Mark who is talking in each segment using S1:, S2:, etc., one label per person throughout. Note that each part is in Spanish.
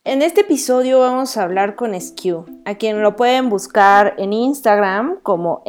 S1: En este episodio vamos a hablar con Skew, a quien lo pueden buscar en Instagram como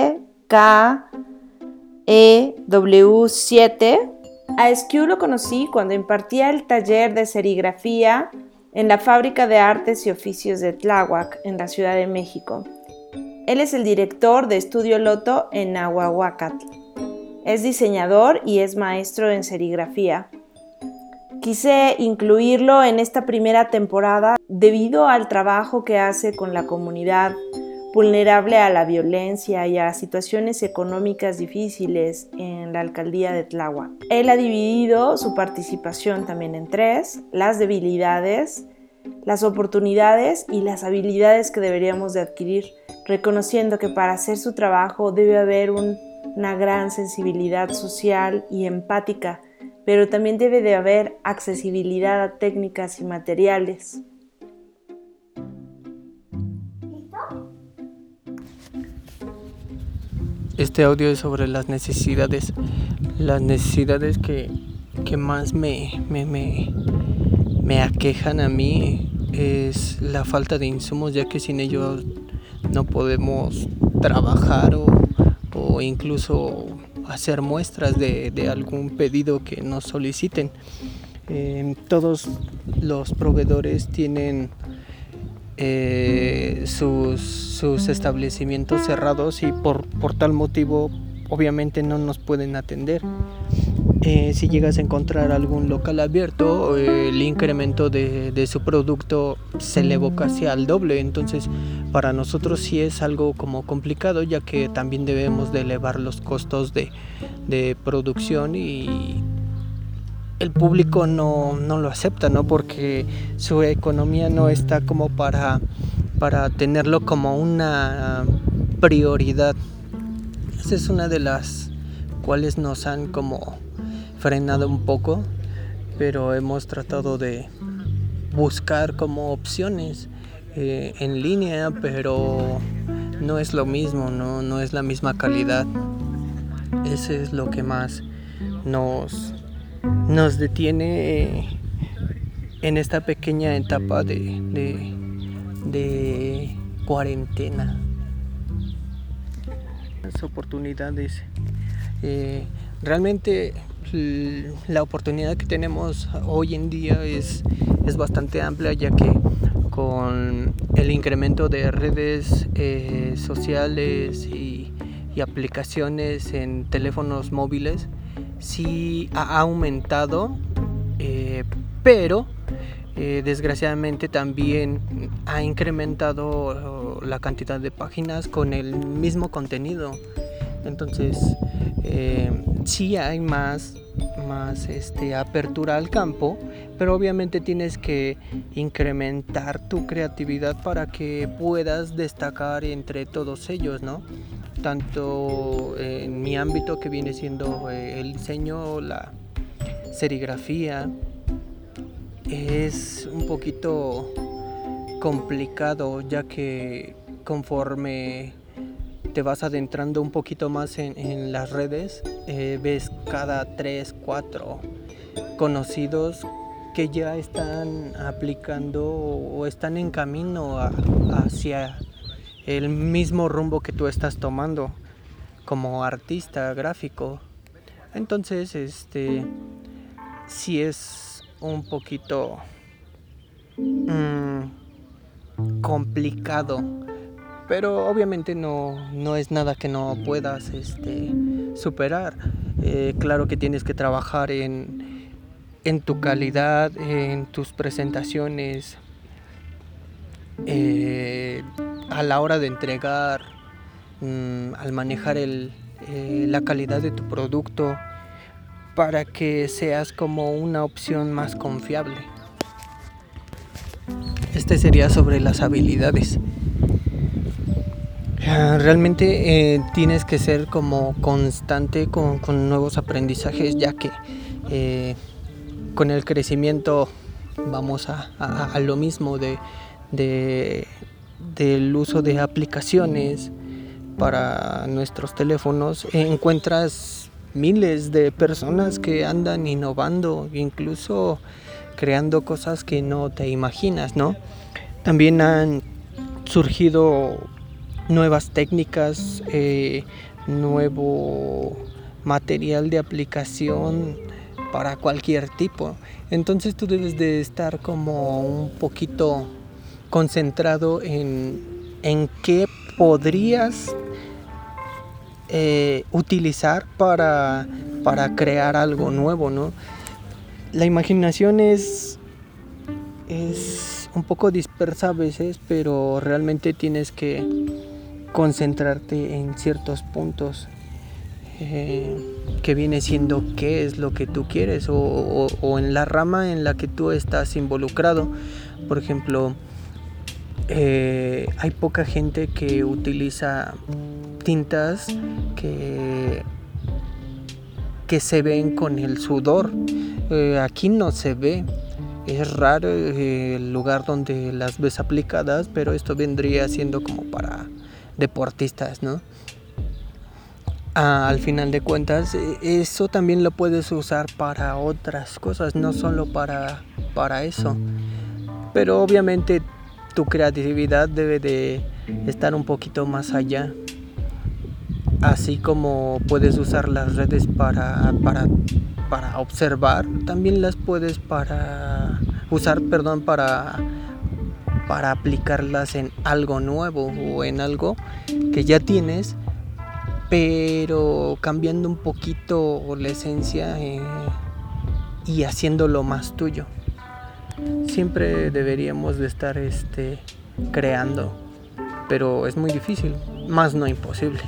S1: SKEW7. A Skew lo conocí cuando impartía el taller de serigrafía en la Fábrica de Artes y Oficios de Tláhuac, en la Ciudad de México. Él es el director de Estudio Loto en Nahuahuacatl. Es diseñador y es maestro en serigrafía. Quise incluirlo en esta primera temporada debido al trabajo que hace con la comunidad vulnerable a la violencia y a situaciones económicas difíciles en la alcaldía de Tláhuac. Él ha dividido su participación también en tres: las debilidades, las oportunidades y las habilidades que deberíamos de adquirir, reconociendo que para hacer su trabajo debe haber una gran sensibilidad social y empática, pero también debe de haber accesibilidad a técnicas y materiales.
S2: Este audio es sobre las necesidades que más me aquejan a mí es la falta de insumos, ya que sin ellos no podemos trabajar o incluso hacer muestras de algún pedido que nos soliciten. Todos los proveedores tienen sus establecimientos cerrados y por tal motivo obviamente no nos pueden atender. Si llegas a encontrar algún local abierto, el incremento de su producto se elevó casi al doble. Entonces para nosotros sí es algo como complicado, ya que también debemos de elevar los costos de producción y el público no lo acepta, ¿no? Porque su economía no está como para tenerlo como una prioridad. Esa es una de las cuales nos han como frenado un poco, pero hemos tratado de buscar como opciones en línea, pero no es lo mismo, no es la misma calidad. Ese es lo que más nos detiene en esta pequeña etapa de cuarentena. Las oportunidades, realmente la oportunidad que tenemos hoy en día es bastante amplia, ya que con el incremento de redes sociales y aplicaciones en teléfonos móviles sí ha aumentado, pero desgraciadamente también ha incrementado la cantidad de páginas con el mismo contenido. Entonces sí hay más apertura al campo, pero obviamente tienes que incrementar tu creatividad para que puedas destacar entre todos ellos, ¿no? Tanto en mi ámbito, que viene siendo el diseño, la serigrafía, es un poquito complicado, ya que conforme te vas adentrando un poquito más en las redes, ves cada 3-4 conocidos que ya están aplicando o están en camino hacia el mismo rumbo que tú estás tomando como artista gráfico. Entonces sí es un poquito complicado, pero obviamente no es nada que no puedas superar. Claro que tienes que trabajar en tu calidad, en tus presentaciones, a la hora de entregar, al manejar la calidad de tu producto, para que seas como una opción más confiable. Este sería sobre las habilidades. Realmente tienes que ser como constante con nuevos aprendizajes, ya que con el crecimiento vamos a lo mismo del uso de aplicaciones para nuestros teléfonos. Encuentras miles de personas que andan innovando, incluso creando cosas que no te imaginas, ¿no? También han surgido nuevas técnicas, nuevo material de aplicación para cualquier tipo. Entonces tú debes de estar como un poquito concentrado en qué podrías utilizar para crear algo nuevo, ¿no? La imaginación es un poco dispersa a veces, pero realmente tienes que concentrarte en ciertos puntos, que viene siendo qué es lo que tú quieres o en la rama en la que tú estás involucrado. Por ejemplo, hay poca gente que utiliza tintas que se ven con el sudor. Aquí no se ve. Es raro el lugar donde las ves aplicadas, pero esto vendría siendo como para deportistas, ¿no? Al final de cuentas, eso también lo puedes usar para otras cosas, no solo para eso. Pero obviamente tu creatividad debe de estar un poquito más allá. Así como puedes usar las redes para observar, también las puedes usar para aplicarlas en algo nuevo o en algo que ya tienes, pero cambiando un poquito la esencia y haciéndolo más tuyo. Siempre deberíamos de estar creando, pero es muy difícil, más no imposible.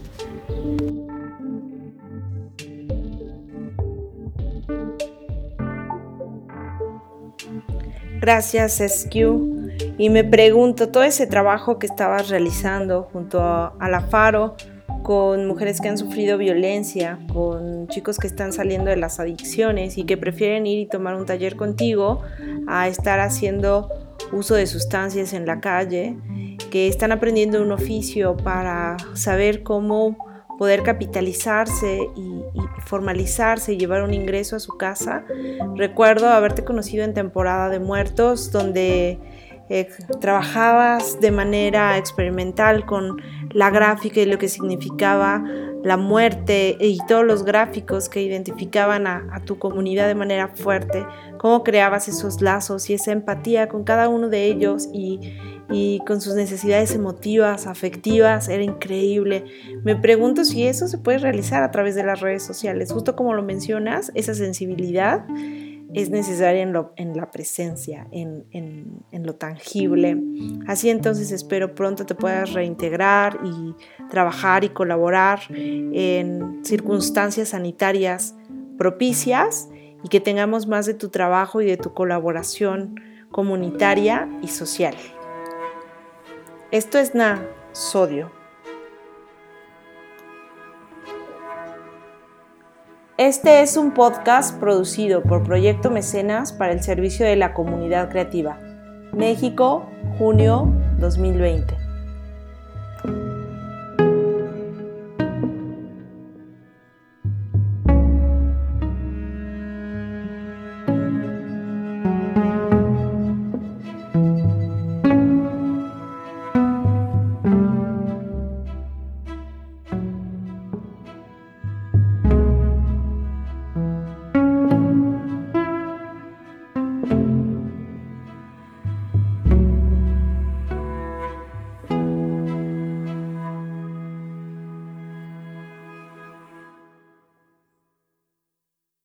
S1: Gracias, SQ. Y me pregunto, todo ese trabajo que estabas realizando junto a la Faro, con mujeres que han sufrido violencia, con chicos que están saliendo de las adicciones y que prefieren ir y tomar un taller contigo a estar haciendo uso de sustancias en la calle, que están aprendiendo un oficio para saber cómo poder capitalizarse y formalizarse y llevar un ingreso a su casa. Recuerdo haberte conocido en Temporada de Muertos, donde trabajabas de manera experimental con la gráfica y lo que significaba la muerte y todos los gráficos que identificaban a tu comunidad de manera fuerte, cómo creabas esos lazos y esa empatía con cada uno de ellos y con sus necesidades emotivas, afectivas, era increíble. Me pregunto si eso se puede realizar a través de las redes sociales. Justo como lo mencionas, esa sensibilidad es necesaria en la presencia, en lo tangible. Así entonces espero pronto te puedas reintegrar y trabajar y colaborar en circunstancias sanitarias propicias y que tengamos más de tu trabajo y de tu colaboración comunitaria y social. Esto es Sodio. Este es un podcast producido por Proyecto Mecenas para el servicio de la comunidad creativa. México, junio 2020.